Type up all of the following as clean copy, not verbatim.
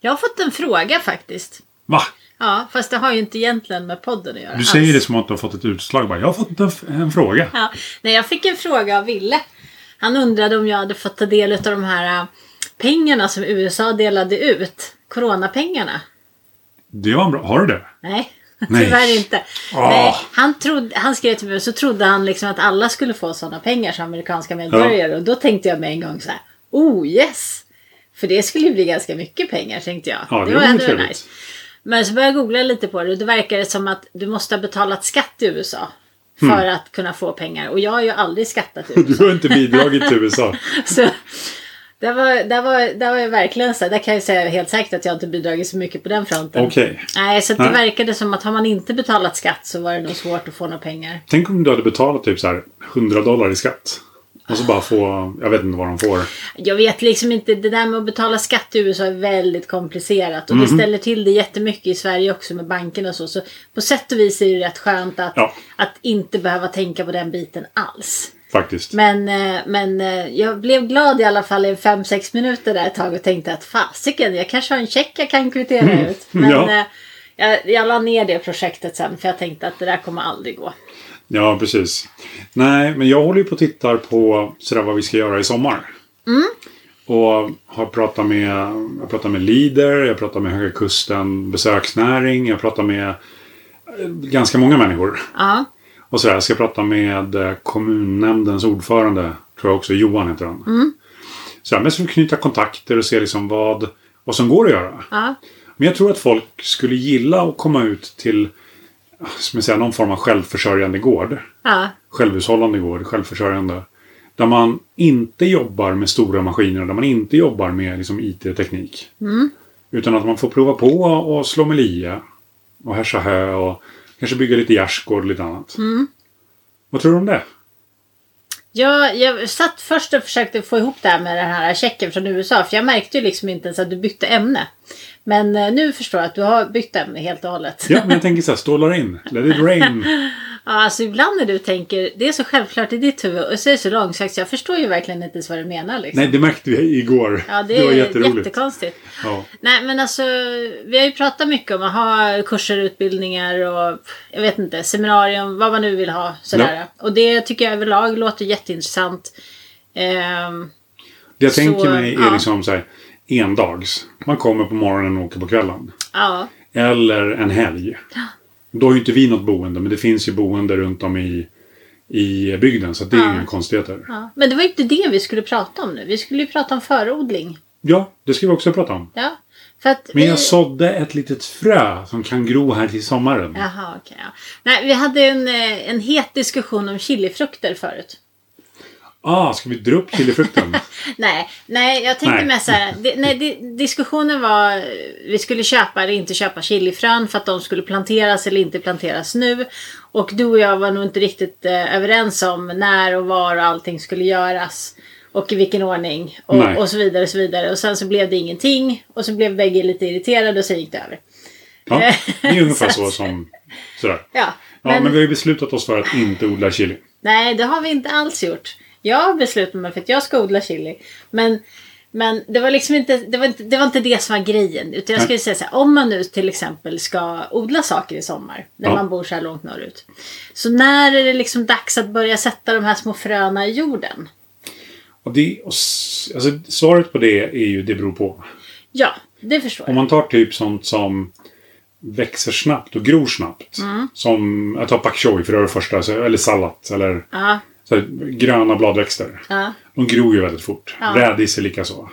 Jag har fått en fråga faktiskt. Va? Ja, fast det har ju inte egentligen med podden att göra. Du säger det som att du har fått ett utslag. Jag har fått en fråga. Ja, nej, jag fick en fråga av Ville. Han undrade om jag hade fått ta del av de här pengarna som USA delade ut. Coronapengarna. Det var bra. Har du det? Nej, tyvärr inte. Nej, han skrev till mig, så trodde han liksom att alla skulle få sådana pengar som amerikanska medborgare. Ja. Och då tänkte jag med en gång så här, oh yes! För det skulle ju bli ganska mycket pengar, tänkte jag. Ja, det var ändå nice. Men så började jag googla lite på det. Och det verkar som att du måste ha betalat skatt i USA. För att kunna få pengar. Och jag har ju aldrig skattat i USA. Du har inte bidragit till USA. Så det var ju verkligen så. Där kan jag säga helt säkert att jag inte bidragit så mycket på den fronten. Okej. Nej, så det verkade som att har man inte betalat skatt så var det nog svårt att få några pengar. Tänk om du hade betalat typ så här $100 i skatt. Och så bara få, jag vet inte vad de får. Jag vet liksom inte, det där med att betala skatt i USA är väldigt komplicerat. Och det ställer till det jättemycket i Sverige också med bankerna och så. Så på sätt och vis är det rätt skönt att inte behöva tänka på den biten alls. Faktiskt. Men jag blev glad i alla fall i 5-6 minuter där ett tag och tänkte att fasiken, jag kanske har en check jag kan kvittera ut. Men jag la ner det projektet sen för jag tänkte att det där kommer aldrig gå. Ja, precis. Nej, men jag håller ju på och tittar på sådär vad vi ska göra i sommar. Och har pratat med Leader, jag pratar med Höga Kusten besöksnäring, jag pratar med ganska många människor. Ja. Och sådär, jag ska prata med kommunnämndens ordförande, tror jag också, Johan heter han. Så mest för att knyta kontakter och se liksom vad som går att göra. Ja. Men jag tror att folk skulle gilla att komma ut till någon form av självförsörjande gård. Ja. Självhushållande gård, självförsörjande. Där man inte jobbar med stora maskiner, där man inte jobbar med liksom IT-teknik. Utan att man får prova på och slå med lia och härsa hö och kanske bygga lite gärdsgård och lite annat. Vad tror du om det? Ja, jag satt först och försökte få ihop det här med den här checken från USA. För jag märkte ju liksom inte ens att du bytte ämne. Men nu förstår jag att du har bytt ämne helt och hållet. Ja, men jag tänker så här, stålar in. Let it rain. Ja, alltså ibland när du tänker, det är så självklart i ditt huvud och så är det så långsökt så jag förstår ju verkligen inte vad du menar liksom. Nej, det märkte vi igår. Ja, det var är jätteroligt. Jättekonstigt. Ja. Nej, men alltså vi har ju pratat mycket om att ha kurser, utbildningar och jag vet inte, seminarium, vad man nu vill ha sådär. Ja. Och det tycker jag överlag låter jätteintressant. Det jag tänker mig är liksom så här, endags. Man kommer på morgonen och åker på kvällen. Ja. Eller en helg. Då har ju inte vi något boende, men det finns ju boende runt om i bygden, så det är ingen konstigheter. Ja. Men det var inte det vi skulle prata om nu. Vi skulle ju prata om förodling. Ja, det ska vi också prata om. Ja, för att men jag sådde ett litet frö som kan gro här till sommaren. Jaha, okej. Ja. Nej, vi hade en het diskussion om chilifrukter förut. Ska vi dra upp chilifrukten? nej, jag tänkte med så här. Diskussionen var vi skulle köpa eller inte köpa chilifrön för att de skulle planteras eller inte planteras nu. Och du och jag var nog inte riktigt överens om när och var och allting skulle göras. Och i vilken ordning. Och så vidare och så vidare. Och sen så blev det ingenting. Och så blev bägge lite irriterade och så gick det över. Ja, det är ungefär så som sådär. Ja, men vi har ju beslutat oss för att inte odla chili. Nej, det har vi inte alls gjort. Jag har beslutat mig för att jag ska odla chili. Men det var liksom inte det var inte det som var grejen. Utan jag skulle säga så här, om man nu till exempel ska odla saker i sommar. När man bor så här långt norrut. Så när är det liksom dags att börja sätta de här små fröna i jorden? Alltså, svaret på det är ju, det beror på. Ja, det förstår jag. Om man tar typ sånt som växer snabbt och gror snabbt. Som, jag tar pak choi för det är det första. Eller sallad. Eller så här, gröna bladväxter. De gror ju väldigt fort. Rädis är lika så.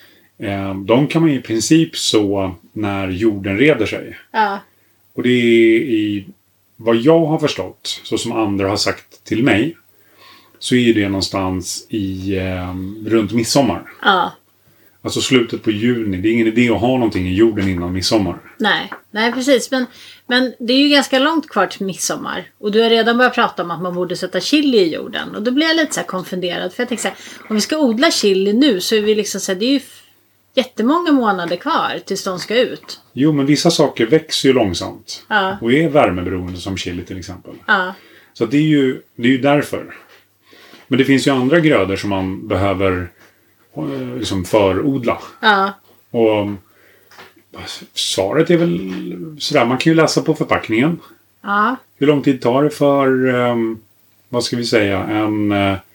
De kan man i princip så när jorden reder sig. Och det är vad jag har förstått, så som andra har sagt till mig, så är det någonstans runt midsommar. Alltså slutet på juni. Det är ingen idé att ha någonting i jorden innan midsommar. Nej, precis. Men det är ju ganska långt kvar till midsommar. Och du har redan börjat prata om att man borde sätta chili i jorden. Och då blir jag lite så här konfunderad. För jag tänker så här, om vi ska odla chili nu så är vi liksom så här, det är ju jättemånga månader kvar tills de ska ut. Jo, men vissa saker växer ju långsamt. Och är värmeberoende som chili till exempel. Så det är ju därför. Men det finns ju andra grödor som man behöver liksom förodla. Och Svaret är väl sådär. Man kan ju läsa på förpackningen. Ja. Hur lång tid tar det för, vad ska vi säga, en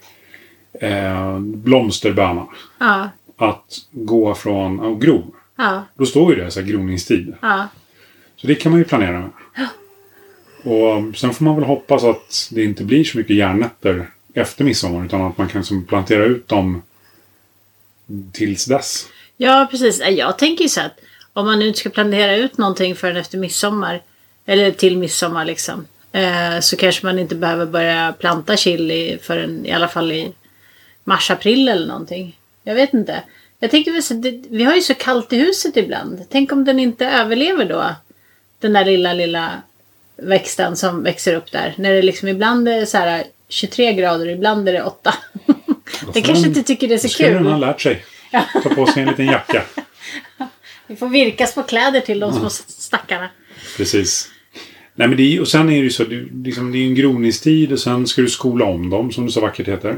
blomsterböna att gå från att gro? Ja. Då står ju det så här groningstid. Ja. Så det kan man ju planera med. Ja. Och sen får man väl hoppas att det inte blir så mycket järnnätter efter midsommar, utan att man kan som plantera ut dem tills dess. Ja, precis. Jag tänker ju så att om man nu inte ska plantera ut någonting förrän efter midsommar, eller till midsommar liksom, så kanske man inte behöver börja planta chili förrän i alla fall i mars-april eller någonting. Jag vet inte. Jag tänker väl så, vi har ju så kallt i huset ibland. Tänk om den inte överlever då. Den där lilla växten som växer upp där. När det liksom ibland är så här 23 grader, ibland är det 8. Den kanske inte tycker det är så kul. Då skulle den ha lärt sig. Ta på sig en liten jacka. Vi får virkas på kläder till de små stackarna. Precis. Nej, men och sen är det ju så, liksom, det är en groningstid och sen ska du skola om dem, som det så vackert heter.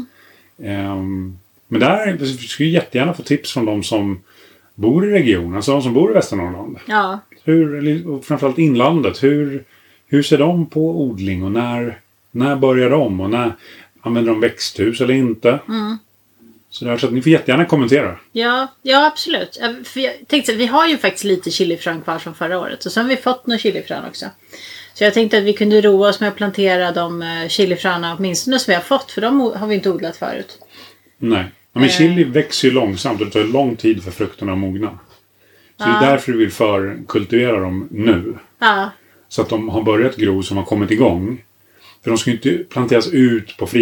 Men där skulle jag jättegärna få tips från de som bor i regionen, alltså de som bor i Västernorrland. Ja. Och framförallt inlandet, hur ser de på odling och när börjar de och när använder de växthus eller inte? Så att ni får jättegärna kommentera. Ja, absolut. För jag tänkte att vi har ju faktiskt lite chilifrön kvar från förra året. Och så har vi fått några chilifrön också. Så jag tänkte att vi kunde roa oss med att plantera de chilifröna åtminstone som vi har fått. För de har vi inte odlat förut. Nej, men chili växer ju långsamt och det tar lång tid för frukterna att mogna. Så det är därför vi vill förkultivera dem nu. Ja. Så att de har börjat gro, som har kommit igång. För de ska ju inte planteras ut på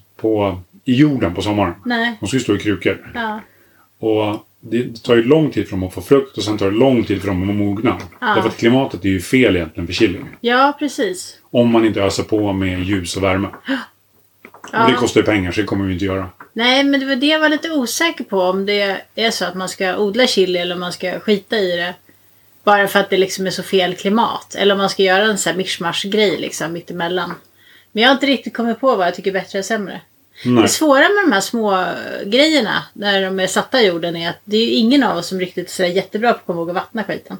i jorden på sommaren. Nej. De ska ju stå i krukor. Ja. Och det tar ju lång tid för dem att få frukt och sen tar det lång tid för dem att mogna. Ja. Därför att klimatet är ju fel egentligen för chili. Ja, precis. Om man inte öser på med ljus och värme. Ja. Och det kostar ju pengar, så det kommer vi inte göra. Nej, men det var det jag var lite osäker på. Om det är så att man ska odla chili eller om man ska skita i det. Bara för att det liksom är så fel klimat. Eller om man ska göra en sån här mishmash-grej liksom mittemellan. Men jag har inte riktigt kommit på vad jag tycker bättre och sämre. Nej. Det svåra med de här små grejerna när de är satta i jorden är att det är ingen av oss som riktigt är jättebra på att komma ihåg att vattna skiten.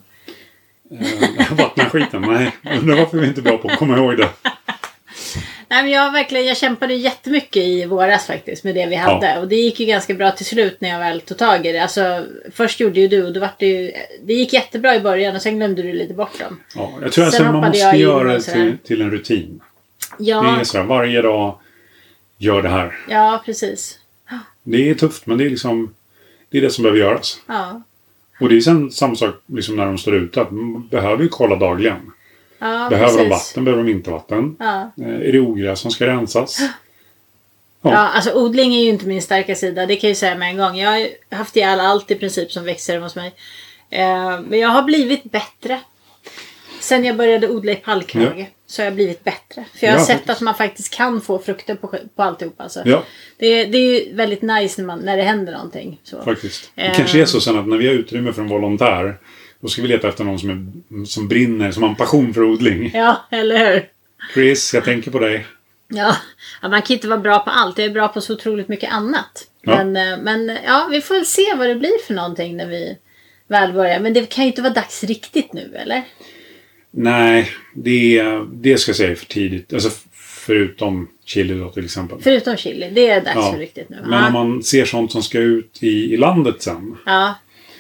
Vattna skiten? Nej, undrar varför vi inte är bra på att komma ihåg det. Nej, men jag kämpade jättemycket i våras faktiskt med det vi hade. Ja. Och det gick ju ganska bra till slut när jag väl tog tag i det. Alltså, först gjorde ju du och det gick jättebra i början och sen glömde du lite bort dem. Ja, jag tror att man måste göra det till en rutin. Ja. Det är så här, varje dag gör det här. Ja, precis. Det är tufft, men det är liksom det som behöver göras. Ja. Och det är sen samma sak liksom när de står ute, att man behöver ju kolla dagligen. Ja, behöver de vatten, behöver de inte vatten? Ja. Är det ogräs som ska rensas? Ja, alltså odling är ju inte min starka sida, det kan jag ju säga med en gång. Jag har haft ihjäl allt i princip som växer hos mig. Men jag har blivit bättre. Sen jag började odla i pallkrage så har jag blivit bättre. För jag har sett att man faktiskt kan få frukter på alltihop. Alltså. Ja. Det är ju väldigt nice när det händer någonting. Så. Faktiskt. Det kanske är så sen att när vi har utrymme för en volontär, då ska vi leta efter någon som brinner, som har en passion för odling. Ja, eller hur? Chris, jag tänker på dig. Ja, man kan inte vara bra på allt. Jag är bra på så otroligt mycket annat. Ja. Men vi får se vad det blir för någonting när vi väl börjar. Men det kan ju inte vara dags riktigt nu, eller? Nej, det ska jag säga för tidigt. Alltså förutom chili då till exempel. Förutom chili, det är dags för riktigt nu. Men om man ser sånt som ska ut i landet sen. Ja.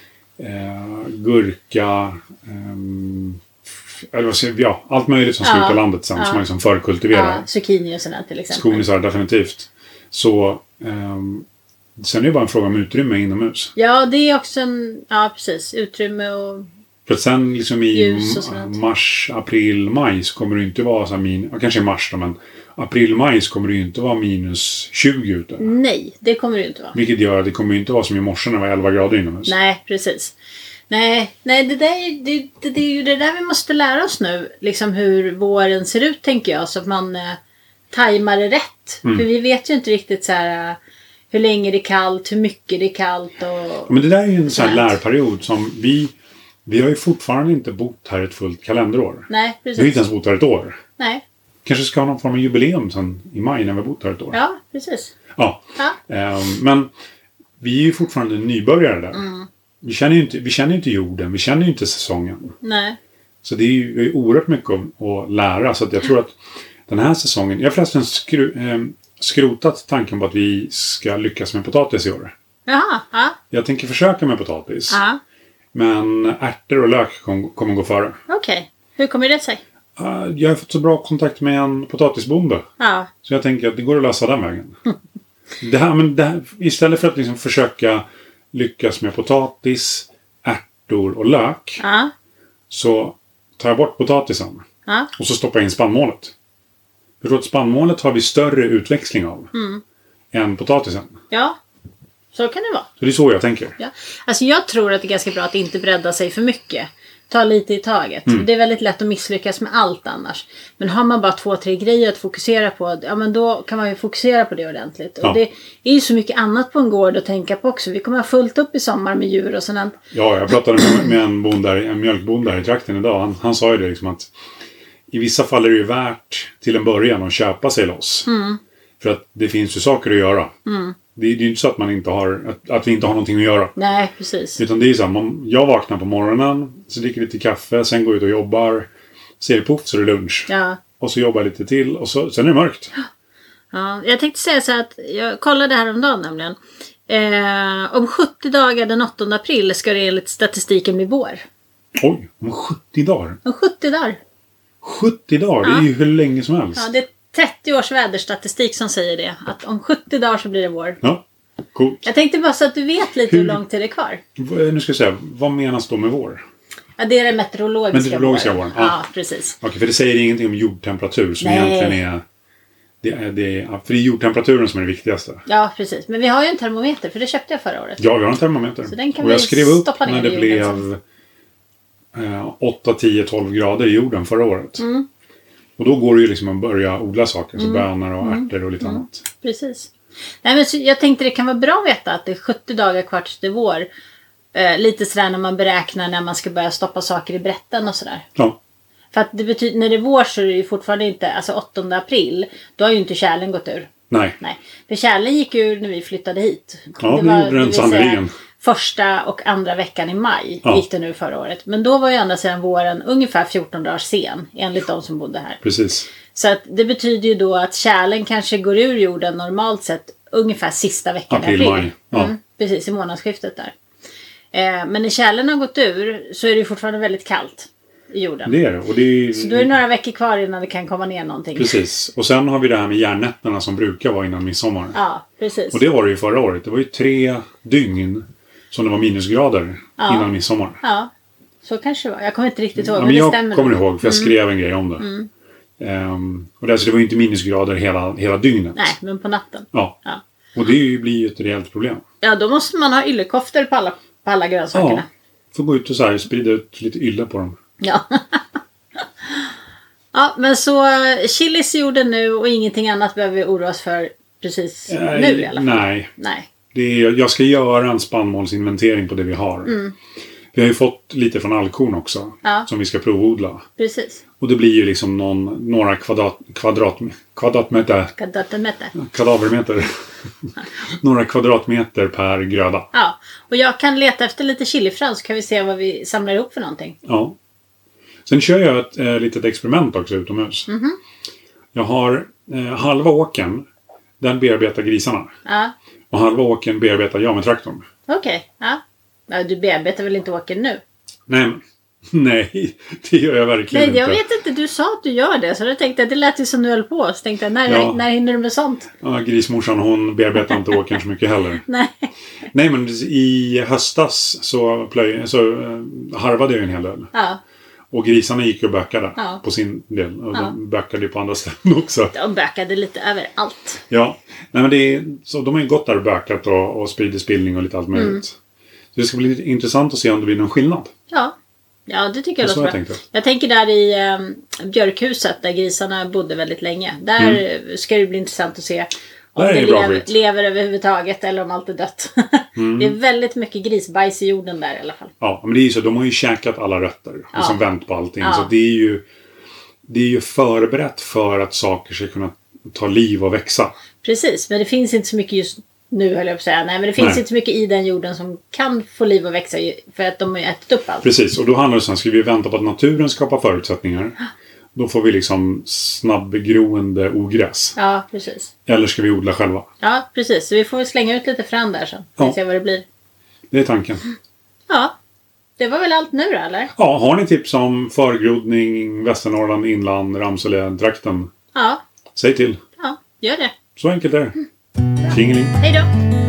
Gurka. Allt möjligt som ska ut i landet sen. Som man liksom förkultiverar. Ja, zucchini och sådär till exempel. Skonisar definitivt. Så sen är det bara en fråga om utrymme inomhus. Ja, det är också precis. Utrymme och... För att sen liksom i mars, april, maj så kommer det inte vara så här kanske i mars då, men april, maj så kommer det ju inte vara minus 20 ute. Nej, det kommer det inte vara. Vilket gör att det kommer inte vara som i morse när det var 11 grader inomhus. Nej, precis. Nej, det är ju det där vi måste lära oss nu. Liksom hur våren ser ut, tänker jag. Så att man tajmar det rätt. För vi vet ju inte riktigt så här hur länge det är kallt, hur mycket det är kallt. Men det där är ju en sån här lärperiod som vi har ju fortfarande inte bott här ett fullt kalenderår. Nej, precis. Vi har inte ens bott här ett år. Nej. Kanske ska ha någon form av jubileum sen i maj när vi har bott här ett år. Ja, precis. Ja. Men vi är ju fortfarande nybörjare där. vi känner ju inte jorden. Vi känner ju inte säsongen. Nej. Så det är ju oerhört mycket att lära. Så att jag tror att den här säsongen... Jag har förresten skrotat tanken på att vi ska lyckas med potatis i år. Jaha, ja. Jag tänker försöka med potatis. Ja. Men ärtor och lök kommer gå före. Okej. Hur kommer det sig? Jag har fått så bra kontakt med en potatisbonde. Ja. Så jag tänker att det går att lösa den vägen. Det här, istället för att liksom försöka lyckas med potatis, ärtor och lök. Ja. Så tar jag bort potatisen. Ja. Och så stoppar jag in spannmålet. Jag tror att spannmålet har vi större utväxling av. Än potatisen. Ja. Så kan det vara. Så det är så jag tänker. Ja. Alltså jag tror att det är ganska bra att inte bredda sig för mycket. Ta lite i taget. Det är väldigt lätt att misslyckas med allt annars. Men har man bara 2-3 grejer att fokusera på. Ja, men då kan man ju fokusera på det ordentligt. Ja. Och det är ju så mycket annat på en gård att tänka på också. Vi kommer ha fullt upp i sommar med djur och sånt. Ja, jag pratade med en mjölkbonde här i trakten idag. Han sa ju det liksom att i vissa fall är det ju värt till en början att köpa sig loss. För att det finns ju saker att göra. Det är ju inte så att man inte har att vi inte har någonting att göra. Nej, precis. Utan det är så här, jag vaknar på morgonen, så dricker lite kaffe, sen går ut och jobbar, ser puff så är det lunch. Ja. Och så jobbar jag lite till och sen är det mörkt. Ja, jag tänkte säga så att jag kollade häromdagen nämligen. Om 70 dagar den 8 april ska det enligt statistiken bli vår. Oj, om 70 dagar. Om 70 dagar. 70 dagar, det är ju hur länge som helst. Ja, det är 30 års väderstatistik som säger det. Att om 70 dagar så blir det vår. Ja, coolt. Jag tänkte bara så att du vet lite hur lång tid det är kvar. Nu ska jag säga, vad menas då med vår? Ja, det är den meteorologiska våren. Ja, precis. Okej, för det säger ingenting om jordtemperatur som egentligen är... för det är jordtemperaturen som är det viktigaste. Ja, precis. Men vi har ju en termometer, för det köpte jag förra året. Ja, vi har en termometer. Så den kan och jag skrev upp när det blev 8, 10, 12 grader i jorden förra året. Och då går det ju liksom att börja odla saker. Så bönor och ärtor och lite annat. Precis. Nej, men så jag tänkte det kan vara bra att veta att det är 70 dagar kvar till vår. Lite sådär när man beräknar när man ska börja stoppa saker i brätten och sådär. Ja. För att det betyder, när det är vår så är det ju fortfarande inte, alltså 8 april, då har ju inte kärlen gått ur. Nej. För kärlen gick ur när vi flyttade hit. Ja, det gjorde den sannerligen. Första och andra veckan i maj gick det nu förra året. Men då var ju andra sidan våren ungefär 14 dagar sen, enligt de som bodde här. Precis. Så att det betyder ju då att kärlen kanske går ur jorden normalt sett ungefär sista veckan i april. Maj. Ja. Precis, i månadsskiftet där. Men när kärlen har gått ur så är det ju fortfarande väldigt kallt i jorden. Det är det. Och det är... Så då är det några veckor kvar innan det kan komma ner någonting. Precis. Och sen har vi det här med järnnätterna som brukar vara innan midsommar. Ja, precis. Och det var det ju förra året. Det var ju 3 dygn som det var minusgrader innan midsommar. Ja, så kanske det var. Jag kommer inte riktigt ihåg. Ja, men jag kommer ihåg för jag skrev en grej om det. Och det var ju inte minusgrader hela dygnet. Nej, men på natten. Ja. Och det blir ju ett rejält problem. Ja, då måste man ha yllekoftor på alla grönsakerna. Ja, får gå ut och så här, sprida ut lite ylle på dem. Ja. Ja, men så chilis i jorden nu och ingenting annat behöver vi oroa oss för precis nu i alla fall. Nej. Jag ska göra en spannmålsinventering på det vi har. Vi har ju fått lite från allkorn också. Ja. Som vi ska provodla. Precis. Och det blir ju liksom några kadavermeter. Några kvadratmeter per gröda. Ja, och jag kan leta efter lite chilifrön så kan vi se vad vi samlar ihop för någonting. Ja. Sen kör jag ett litet experiment också utomhus. Jag har halva åken, den bearbetar grisarna. Ja. Och halva åken bearbetar jag med traktorn. Okej, ja. Du bearbetar väl inte åken nu? Nej, det gör jag verkligen inte. Jag vet inte, du sa att du gör det. Så jag tänkte att det lät ju som du höll på. Så tänkte jag, när hinner du med sånt? Ja, grismorsan hon bearbetar inte åken så mycket heller. Nej, men i höstas så harvade jag en hel del. Ja. Och grisarna gick och bökade på sin del. Och de bökade ju på andra ställen också. De bökade lite överallt. Ja, nej, men så de har ju gått där och bökat och spridit spillning och lite allt möjligt. Så det ska bli intressant att se om det blir någon skillnad. Ja, det tycker jag låter bra. Jag tänker där i björkhuset där grisarna bodde väldigt länge. Där ska det bli intressant att se om det lever överhuvudtaget eller om allt är dött. Det är väldigt mycket grisbajs i jorden där i alla fall. Ja, men det är ju så. De har ju käkat alla rötter. Och som vänt på allting. Så det är ju förberett för att saker ska kunna ta liv och växa. Precis, men det finns inte så mycket just nu höll jag på att säga. Nej, men det finns inte så mycket i den jorden som kan få liv att växa för att de har ätit upp allt. Precis, och då handlar det så här, ska vi vänta på att naturen skapar förutsättningar? Då får vi liksom snabbgroende ogräs. Ja, precis. Eller ska vi odla själva? Ja, precis. Så vi får slänga ut lite frön där sen. Ja. Se vad det blir. Det är tanken. Ja. Det var väl allt nu då, eller? Ja, har ni tips om förgrodning, Västernorrland, inland, Ramsele-trakten? Ja. Säg till. Ja, gör det. Så enkelt är det. Tjingeling. Hej då.